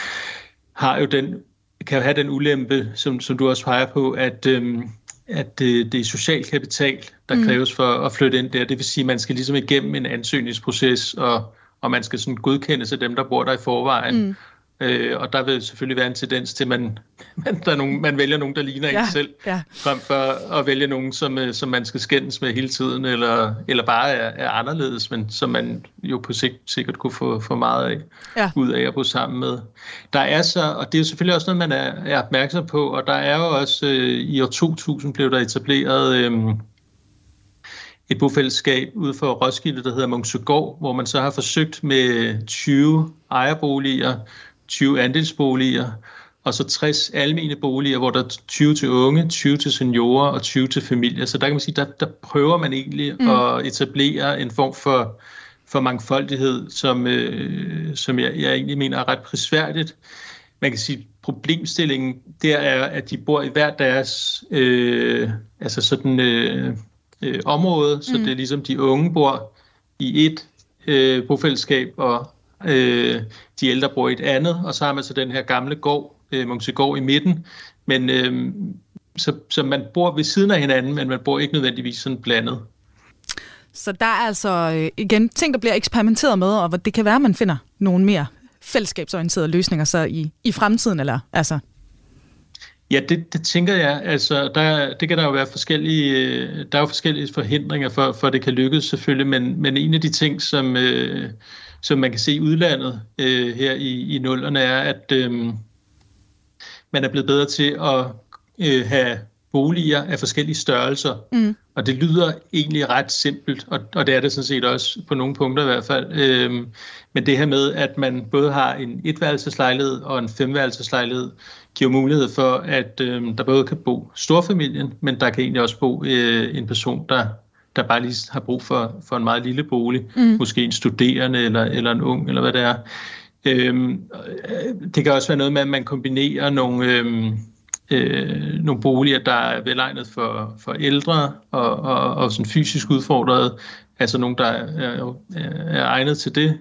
kan have den ulempe, som du også peger på, at det er social kapital, der kræves for at flytte ind der. Det vil sige, at man skal ligesom igennem en ansøgningsproces, og man skal sådan godkendes af dem, der bor der i forvejen. Og der vil selvfølgelig være en tendens til, at man vælger nogen, der ligner en selv, frem for at vælge nogen, som man skal skændes med hele tiden, eller bare er anderledes, men som man jo på sigt sikkert kunne få meget af, ud af at bo sammen med. Der er så, og det er jo selvfølgelig også noget, man er opmærksom på, og der er jo også i år 2000 blev der etableret et bofællesskab ude for Roskilde, der hedder Munksøgård, hvor man så har forsøgt med 20 ejerboliger, 20 andelsboliger, og så 60 almene boliger, hvor der er 20 til unge, 20 til seniorer og 20 til familier. Så der kan man sige, der prøver man egentlig at etablere en form for mangfoldighed, som jeg egentlig mener er ret prisværdigt. Man kan sige, problemstillingen der er, at de bor i hver deres område, så det er ligesom de unge bor i et bofællesskab, og de ældre bor i et andet, og så har man så den her gamle gård, Munksøgård i midten, men så man bor ved siden af hinanden, men man bor ikke nødvendigvis sådan blandet. Så der er altså igen ting, der bliver eksperimenteret med, og det kan være, at man finder nogle mere fællesskabsorienterede løsninger så i fremtiden, eller altså? Ja, det tænker jeg. Altså, det kan der jo være forskellige, der er jo forskellige forhindringer for at det kan lykkes selvfølgelig, men en af de ting, som man kan se i udlandet her i nullerne, er, at man er blevet bedre til at have boliger af forskellige størrelser. Og det lyder egentlig ret simpelt, og det er det sådan set også på nogle punkter i hvert fald. Men det her med, at man både har en etværelseslejlighed og en femværelseslejlighed, giver mulighed for, at der både kan bo storfamilien, men der kan egentlig også bo en person, der bare lige har brug for en meget lille bolig. Måske en studerende eller en ung, eller hvad det er. Det kan også være noget med, at man kombinerer nogle boliger, der er velegnet for ældre og sådan fysisk udfordrede, altså nogle, der er egnet til det,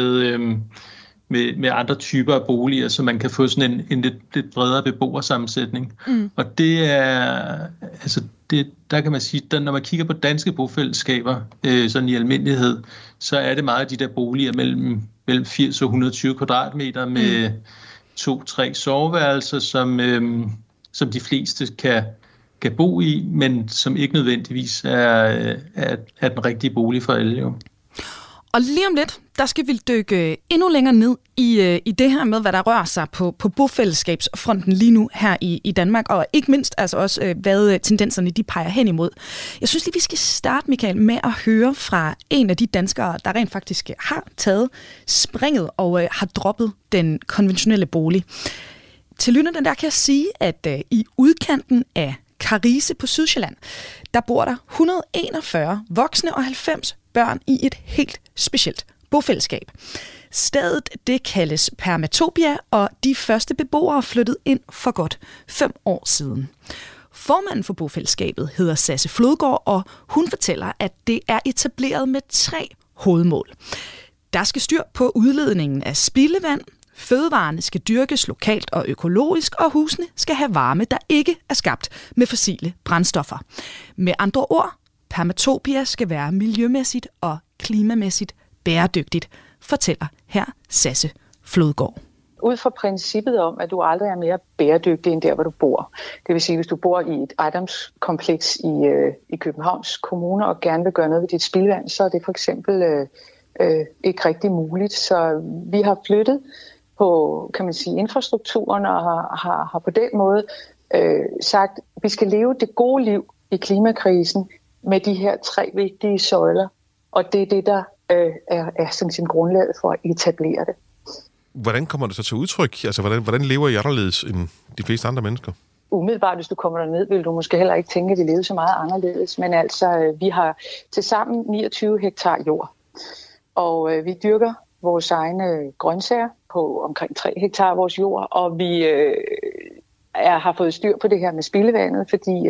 med andre typer af boliger, så man kan få sådan en lidt bredere beboersammensætning. Og det er, altså der kan man sige, at når man kigger på danske bofællesskaber, sådan i almindelighed, så er det meget af de der boliger mellem 80 og 120 kvadratmeter med 2-3 soveværelser, som de fleste kan bo i, men som ikke nødvendigvis er den rigtige bolig for alle. Jo. Og lige om lidt, der skal vi dykke endnu længere ned i det her med, hvad der rører sig på bofællesskabsfronten lige nu her i Danmark, og ikke mindst altså også, hvad tendenserne de peger hen imod. Jeg synes lige, vi skal starte, Michael, med at høre fra en af de danskere, der rent faktisk har taget springet og har droppet den konventionelle bolig. Til lytterne der kan jeg sige, at i udkanten af Karise på Sydsjælland, der bor der 141 voksne og 90 børn i et helt specielt bofællesskab. Stedet det kaldes Permatopia, og de første beboere flyttede ind for godt 5 år siden. Formanden for bofællesskabet hedder Sasse Flodgaard, og hun fortæller, at det er etableret med 3 hovedmål. Der skal styr på udledningen af spildevand, fødevarene skal dyrkes lokalt og økologisk, og husene skal have varme, der ikke er skabt med fossile brændstoffer. Med andre ord, Permatopia skal være miljømæssigt og klimamæssigt bæredygtigt, fortæller her Sasse Flodgaard. ud fra princippet om, at du aldrig er mere bæredygtig end der, hvor du bor. Det vil sige, hvis du bor i et ejendomskompleks i Københavns Kommune og gerne vil gøre noget ved dit spildevand, så er det for eksempel ikke rigtig muligt. Så vi har flyttet på, kan man sige, infrastrukturen og har på den måde sagt, at vi skal leve det gode liv i klimakrisen med de her 3 vigtige søjler, og det er det, der er sådan sin grundlag for at etablere det. Hvordan kommer det så til udtryk? Altså, hvordan lever I anderledes end de fleste andre mennesker? Umiddelbart, hvis du kommer derned, vil du måske heller ikke tænke, at vi lever så meget anderledes. Men altså, vi har tilsammen 29 hektar jord, og vi dyrker vores egne grøntsager på omkring 3 hektar af vores jord, og vi har fået styr på det her med spildevandet, fordi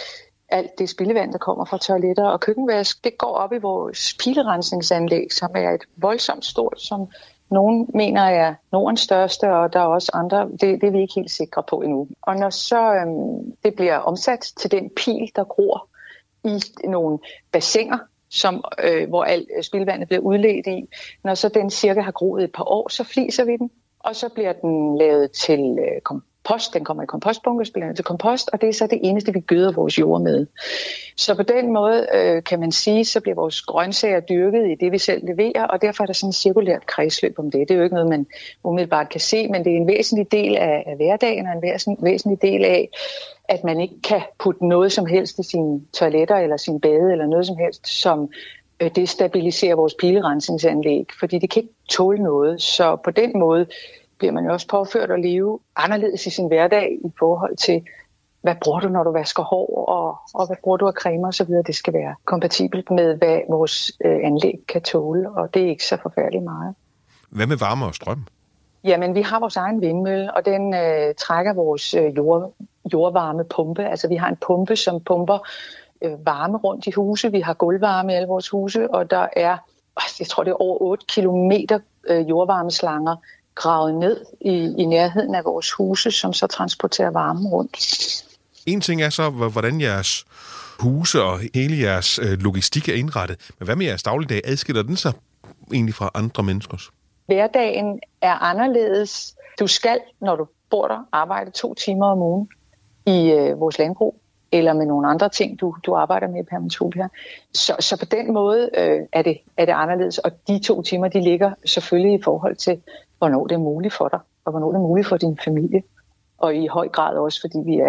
alt det spildevand, der kommer fra toiletter og køkkenvask, det går op i vores pilerensningsanlæg, som er et voldsomt stort, som nogen mener er Nordens største, og der er også andre, det er vi ikke helt sikre på endnu. Og når så det bliver omsat til den pil, der gror i nogle bassiner, hvor alt spildevandet bliver udledt i, når så den cirka har groet et par år, så fliser vi den, og så bliver den lavet til kompost. Den kommer i kompostbunker, så bliver den til kompost, og det er så det eneste, vi gøder vores jord med. Så på den måde kan man sige, så bliver vores grøntsager dyrket i det, vi selv leverer, og derfor er der sådan et cirkulært kredsløb om det. Det er jo ikke noget, man umiddelbart kan se, men det er en væsentlig del af hverdagen, og en væsentlig del af, at man ikke kan putte noget som helst i sine toiletter, eller sin bade, eller noget som helst, som destabiliserer vores pilerensningsanlæg, fordi det kan ikke tåle noget. Så på den måde bliver man jo også påført at leve anderledes i sin hverdag i forhold til, hvad bruger du, når du vasker hår, og hvad bruger du af cremer osv. Det skal være kompatibelt med, hvad vores anlæg kan tåle, og det er ikke så forfærdeligt meget. Hvad med varme og strøm? Jamen, vi har vores egen vindmølle, og den trækker vores jordvarmepumpe. Altså, vi har en pumpe, som pumper varme rundt i huse. Vi har gulvvarme i alle vores huse, og der er, jeg tror, det er over 8 kilometer jordvarmeslanger gravet ned i nærheden af vores huse, som så transporterer varmen rundt. En ting er så, hvordan jeres huse og hele jeres logistik er indrettet. Men hvad med jeres dagligdag? Adskiller den sig egentlig fra andre menneskers? Hverdagen er anderledes. Du skal, når du bor der, arbejde 2 timer om ugen i vores landbrug, eller med nogle andre ting, du arbejder med i Permatopia. Så på den måde er det anderledes, og de 2 timer, de ligger selvfølgelig i forhold til, hvornår det er muligt for dig, og hvornår det er muligt for din familie. Og i høj grad også, fordi vi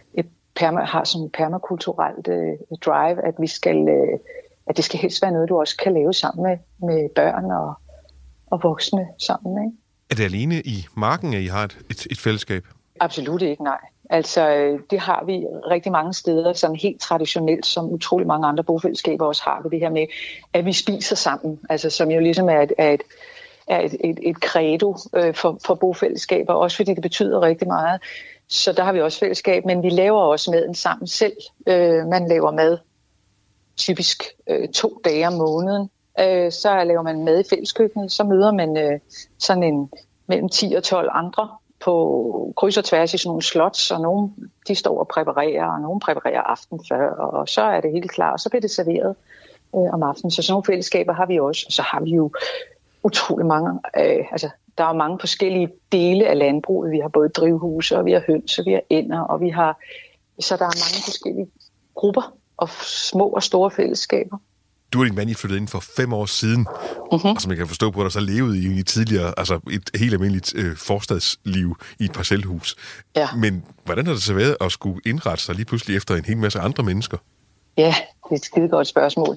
har sådan et permakulturelt drive, at det skal helst være noget, du også kan lave sammen med børn og voksne sammen. Ikke? Er det alene i marken, at I har et fællesskab? Absolut ikke, nej. Altså, det har vi rigtig mange steder, sådan helt traditionelt, som utrolig mange andre bofællesskaber også har det her med, at vi spiser sammen, altså som jo ligesom er et credo for bofællesskaber, også fordi det betyder rigtig meget. Så der har vi også fællesskab, men vi laver også maden sammen selv. Man laver mad typisk 2 dage om måneden. Så laver man mad i fælleskøkkenet, så møder man sådan mellem 10 og 12 andre på kryds og tværs i sådan nogle slots, og nogle de står og præparerer, og nogle præparerer aften før, og så er det helt klar, og så bliver det serveret om aftenen. Så sådan nogle fællesskaber har vi også, og så har vi jo utrolig mange, der er mange forskellige dele af landbruget. Vi har både drivhuse, og vi har høns, og vi har ænder, og så der er mange forskellige grupper, og små og store fællesskaber. Du og din mand, I flyttede ind for 5 år siden, og som jeg kan forstå på dig, så levede I tidligere altså et helt almindeligt forstadsliv i et parcelhus. Ja. Men hvordan har det så været at skulle indrette sig lige pludselig efter en hel masse andre mennesker? Ja, det er et skide godt spørgsmål.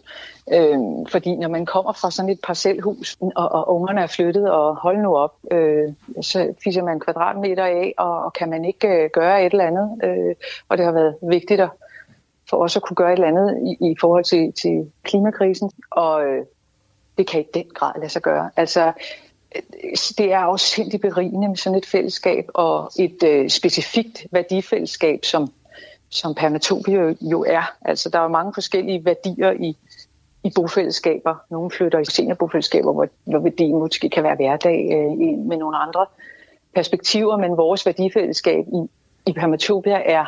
Fordi når man kommer fra sådan et parcelhus, og ungerne er flyttet, og hold nu op, så fiser man kvadratmeter af, og kan man ikke gøre et eller andet. Og det har været vigtigt for os at kunne gøre et eller andet i forhold til klimakrisen, og det kan i den grad lade sig gøre. Altså, det er også sindssygt berigende med sådan et fællesskab, og et specifikt værdifællesskab, som Permatopia jo er. Altså, der er jo mange forskellige værdier i bofællesskaber. Nogle flytter i seniorbofællesskaber, hvor værdien måske kan være hverdag med nogle andre perspektiver, men vores værdifællesskab i Permatopia er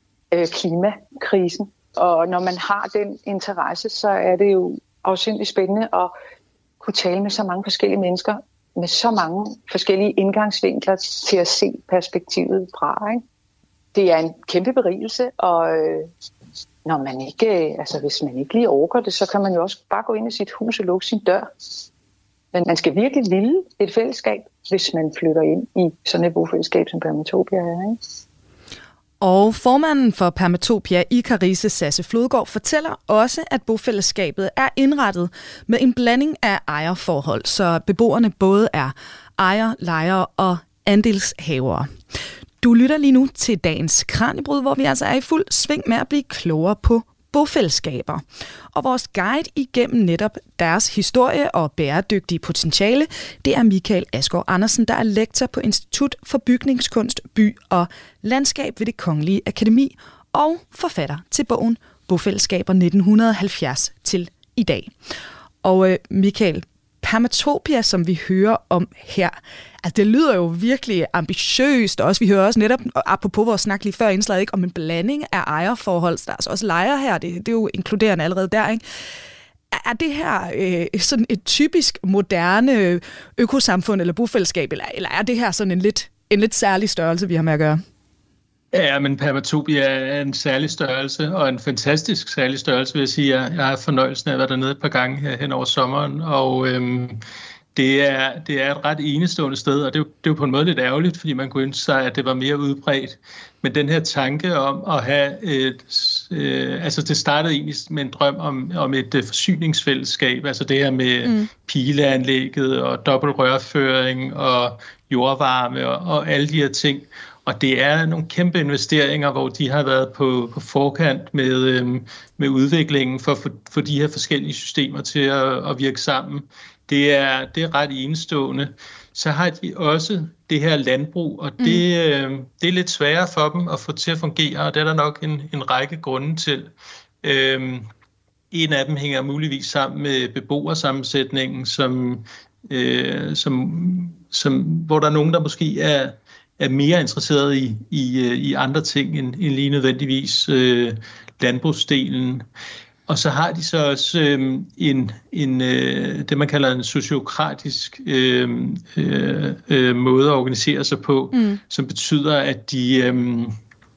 klimakrisen. Og når man har den interesse, så er det jo afsindigt spændende at kunne tale med så mange forskellige mennesker med så mange forskellige indgangsvinkler til at se perspektivet fra, ikke? Det er en kæmpe berigelse, og når man ikke, altså hvis man ikke lige overgår det, så kan man jo også bare gå ind i sit hus og lukke sin dør. Men man skal virkelig ville et fællesskab, hvis man flytter ind i sådan et bofællesskab, som Permatopia er, ikke? Og formanden for Permatopia i Karise, Sasse Flodgaard, fortæller også, at bofællesskabet er indrettet med en blanding af ejerforhold, så beboerne både er ejer, lejer og andelshavere. Du lytter lige nu til dagens Kraniebrud, hvor vi altså er i fuld sving med at blive klogere på bofællesskaber. Og vores guide igennem netop deres historie og bæredygtige potentiale, det er Michael Asgaard Andersen, der er lektor på Institut for Bygningskunst, By og Landskab ved Det Kongelige Akademi og forfatter til bogen Bofællesskaber 1970 til i dag. Og Michael, Permatopia, som vi hører om her, altså det lyder jo virkelig ambitiøst, og også, vi hører også netop, apropos vores snak lige før indslaget, ikke, om en blanding af ejerforhold, der er altså også lejer her, det er jo inkluderende allerede der, ikke? Er det her sådan et typisk moderne økosamfund eller bofællesskab, eller er det her sådan en lidt særlig størrelse, vi har med at gøre? Ja, men Permatopia er en særlig størrelse, og en fantastisk særlig størrelse, vil jeg sige. Jeg har fornøjelsen af at være dernede et par gange her hen over sommeren, og det er et ret enestående sted, og det er jo på en måde lidt ærgerligt, fordi man kunne ønske sig, at det var mere udbredt. Men den her tanke om at have altså det startede egentlig med en drøm om et forsyningsfællesskab, altså det her med pileanlægget og dobbelt rørføring og jordvarme og alle de her ting. Og det er nogle kæmpe investeringer, hvor de har været på forkant med udviklingen for at få de her forskellige systemer til at virke sammen. Det er ret enestående. Så har de også det her landbrug, og det er lidt sværere for dem at få til at fungere, og det er der nok en række grunde til. En af dem hænger muligvis sammen med beboersammensætningen, hvor der er nogen, der måske er mere interesseret i andre ting end lige nødvendigvis landbrugsdelen. Og så har de så også det, man kalder en sociokratisk måde at organisere sig på, som betyder, at de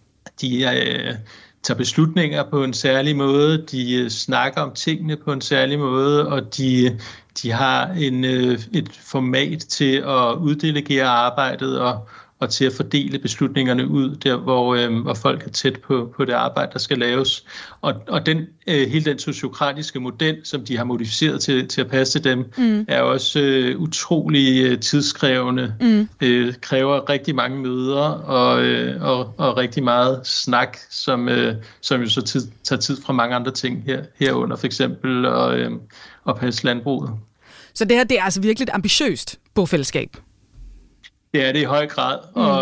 tager beslutninger på en særlig måde, de snakker om tingene på en særlig måde, og de har et format til at uddelegere arbejdet og til at fordele beslutningerne ud, der hvor folk er tæt på det arbejde, der skal laves. Og hele den sociokratiske model, som de har modificeret til at passe til dem, er også utrolig tidskrævende, kræver rigtig mange møder og rigtig meget snak, som jo så tager tid fra mange andre ting herunder for eksempel at passe landbruget. Så det her, det er altså virkelig et ambitiøst bofællesskab? Det er det i høj grad,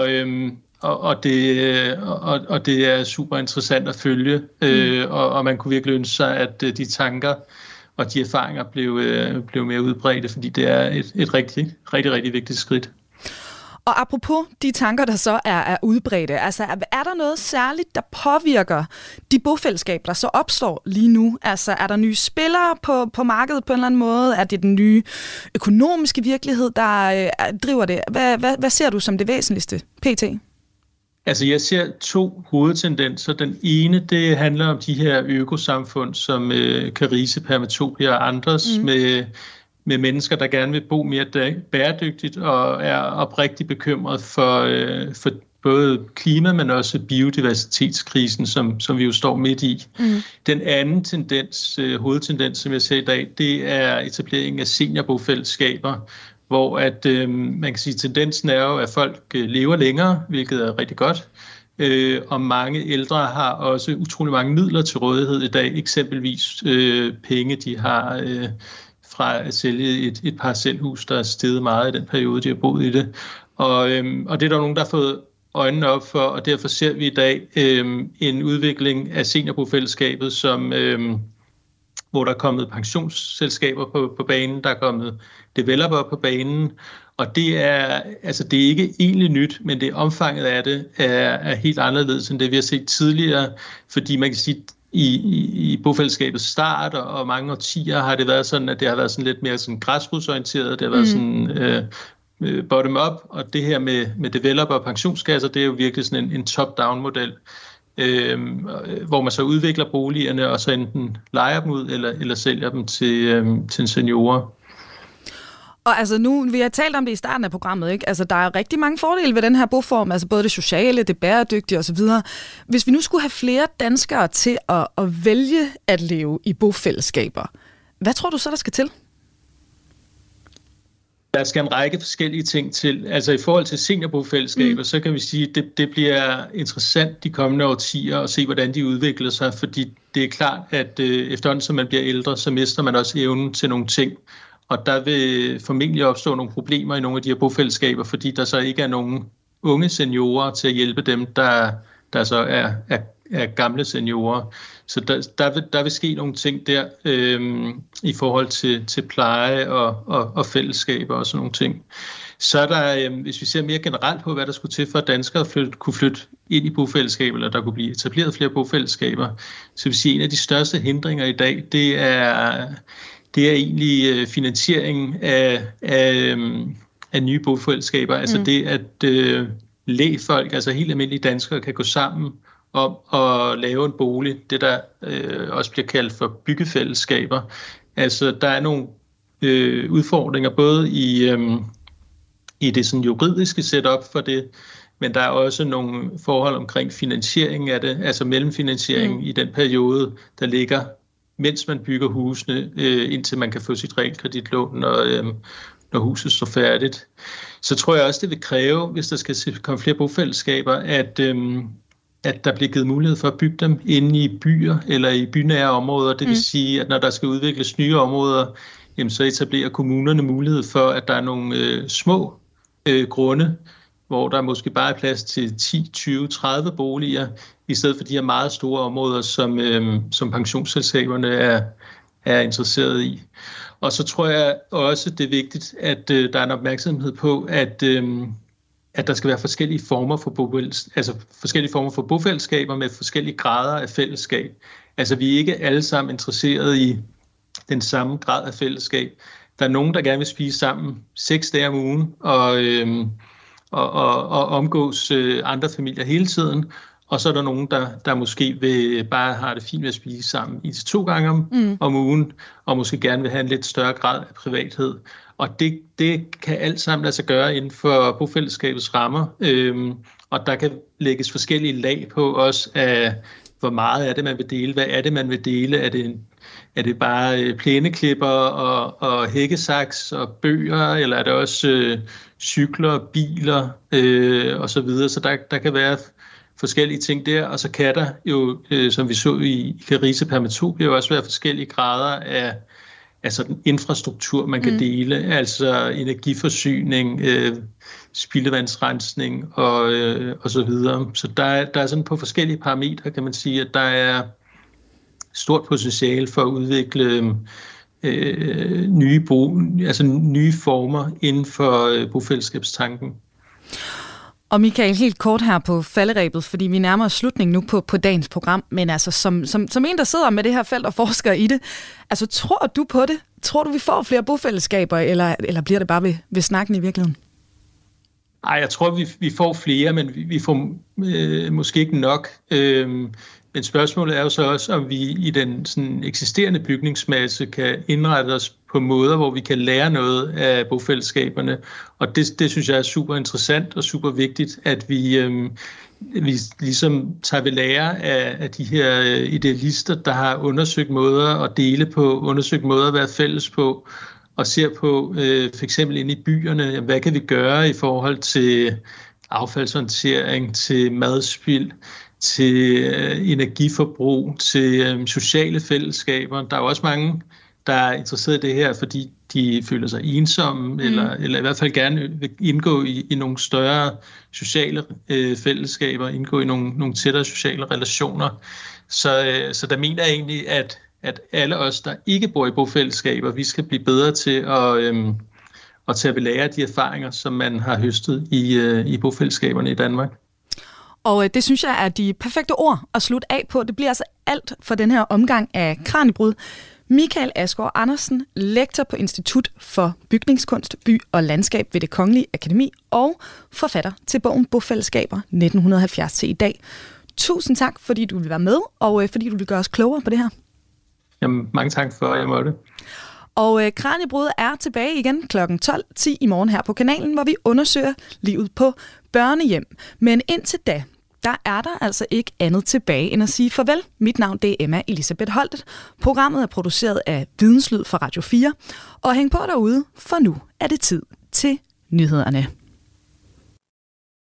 og det er super interessant at følge, og man kunne virkelig ønske sig, at de tanker og de erfaringer blev mere udbredte, fordi det er et rigtig, rigtig, rigtig vigtigt skridt. Og apropos de tanker, der så er udbredte, altså er der noget særligt, der påvirker de bofællesskaber, der så opstår lige nu? Altså er der nye spillere på markedet på en eller anden måde? Er det den nye økonomiske virkelighed, der driver det? Hvad ser du som det væsentligste, PT? Altså jeg ser 2 hovedtendenser. Den ene, det handler om de her økosamfund, som Karise, Permatopia og andres med mennesker, der gerne vil bo mere bæredygtigt og er oprigtigt bekymret for både klima, men også biodiversitetskrisen, som vi jo står midt i. Den anden hovedtendens, som jeg ser i dag, det er etableringen af seniorbofællesskaber, hvor at man kan sige, tendensen er jo, at folk lever længere, hvilket er rigtig godt. Og mange ældre har også utrolig mange midler til rådighed i dag, eksempelvis penge, de har fra at sælge et parcelhus, der er steget meget i den periode, de har boet i det. Og det er der nogen, der har fået øjnene op for, og derfor ser vi i dag en udvikling af seniorbofællesskabet, hvor der er kommet pensionsselskaber på banen, der er kommet developer på banen, og det er ikke egentlig nyt, men det omfanget af det er helt anderledes end det, vi har set tidligere, fordi man kan sige, i bofællesskabets start, og mange årtier har det været sådan, at det har været sådan lidt mere sådan græsrodsorienteret, det har været sådan bottom-up, og det her med developer og pensionskasser, det er jo virkelig sådan en top-down model, hvor man så udvikler boligerne, og så enten lejer dem ud, eller sælger dem til seniorer. Og altså nu, vi har talt om det i starten af programmet, ikke? Altså der er rigtig mange fordele ved den her boform, altså både det sociale, det bæredygtige osv. Hvis vi nu skulle have flere danskere til at vælge at leve i bofællesskaber, hvad tror du så, der skal til? Der skal en række forskellige ting til. Altså i forhold til seniorbofællesskaber, så kan vi sige, at det bliver interessant de kommende årtier at se, hvordan de udvikler sig, fordi det er klart, at efterhånden som man bliver ældre, så mister man også evnen til nogle ting. Og der vil formentlig opstå nogle problemer i nogle af de her bofællesskaber, fordi der så ikke er nogen unge seniorer til at hjælpe dem, der så er gamle seniorer. Så der vil ske nogle ting der i forhold til pleje og fællesskaber og sådan nogle ting. Så er der, hvis vi ser mere generelt på, hvad der skulle til for, at danskere kunne flytte ind i bofællesskaber, eller der kunne blive etableret flere bofællesskaber, så vil sige, en af de største hindringer i dag, det er egentlig finansieringen af nye bofællesskaber. Altså det, at lægfolk, altså helt almindelige danskere, kan gå sammen om at lave en bolig. Det, der også bliver kaldt for byggefællesskaber. Altså, der er nogle udfordringer, både i det sådan juridiske setup for det, men der er også nogle forhold omkring finansiering af det, altså mellemfinansiering i den periode, der ligger, mens man bygger husene, indtil man kan få sit realkreditlån, når huset står færdigt. Så tror jeg også, det vil kræve, hvis der skal komme flere bofællesskaber, at der bliver givet mulighed for at bygge dem inde i byer eller i bynære områder. Det vil sige, at når der skal udvikles nye områder, jamen, så etablerer kommunerne mulighed for, at der er nogle små grunde, hvor der måske bare er plads til 10, 20, 30 boliger, i stedet for de her meget store områder, som pensionsselskaberne er interesseret i. Og så tror jeg også, det er vigtigt, at der er en opmærksomhed på, at der skal være forskellige former for bofællesskaber med forskellige grader af fællesskab. Altså vi er ikke alle sammen interesseret i den samme grad af fællesskab. Der er nogen, der gerne vil spise sammen 6 dage om ugen og omgås andre familier hele tiden. Og så er der nogen, der måske bare har det fint ved at spise sammen 2 gange om ugen, og måske gerne vil have en lidt større grad af privathed. Og det kan alt sammen lade sig gøre inden for bofællesskabets rammer. Og der kan lægges forskellige lag på også af, hvor meget er det, man vil dele. Hvad er det, man vil dele? Er det bare plæneklipper og hækkesaks og bøger, eller er det også cykler, biler og så videre? Så der kan være forskellige ting der, og så kan der jo, som vi så i Karise Permetopia, jo også være forskellige grader af sådan infrastruktur, man kan dele, altså energiforsyning, spildevandsrensning og så videre. Så der er sådan på forskellige parametre, kan man sige, at der er stort potentiale for at udvikle nye former inden for bofællesskabstanken. Og Michael, helt kort her på falderebet, fordi vi nærmer os slutningen nu på dagens program, men altså som en, der sidder med det her felt og forsker i det, altså tror du på det? Tror du, vi får flere bofællesskaber, eller bliver det bare ved snakken i virkeligheden? Nej, jeg tror, vi får flere, men vi får måske ikke nok. Men spørgsmålet er jo så også, om vi i den sådan eksisterende bygningsmasse kan indrette os på måder, hvor vi kan lære noget af bofællesskaberne. Og det synes jeg er super interessant og super vigtigt, at vi ligesom tager ved lære af de her idealister, der har undersøgt måder at dele på, undersøgt måder at være fælles på, og ser på for eksempel inde i byerne, hvad kan vi gøre i forhold til affaldshåndtering, til madspild, til energiforbrug, til sociale fællesskaber. Der er jo også mange, der er interesseret i det her, fordi de føler sig ensomme, eller i hvert fald gerne vil indgå i nogle større sociale fællesskaber, indgå i nogle tættere sociale relationer. Så der mener jeg egentlig, at alle os, der ikke bor i bofællesskaber, vi skal blive bedre til at tage ved lære af de erfaringer, som man har høstet i bofællesskaberne i Danmark. Og det synes jeg er de perfekte ord at slutte af på. Det bliver altså alt for den her omgang af Kraniebrud. Michael Asgaard Andersen, lektor på Institut for Bygningskunst, By og Landskab ved Det Kongelige Akademi og forfatter til bogen Bofællesskaber 1970 til i dag. Tusind tak, fordi du vil være med, og fordi du vil gøre os klogere på det her. Jamen, mange tak for, at jeg måtte. Og Kraniebrud er tilbage igen kl. 12:10 i morgen her på kanalen, hvor vi undersøger livet på børnehjem. Men indtil da, der er der altså ikke andet tilbage end at sige farvel. Mit navn det er Emma Elisabeth Holtet. Programmet er produceret af Videnslyd for Radio 4. Og hæng på derude, for nu er det tid til nyhederne.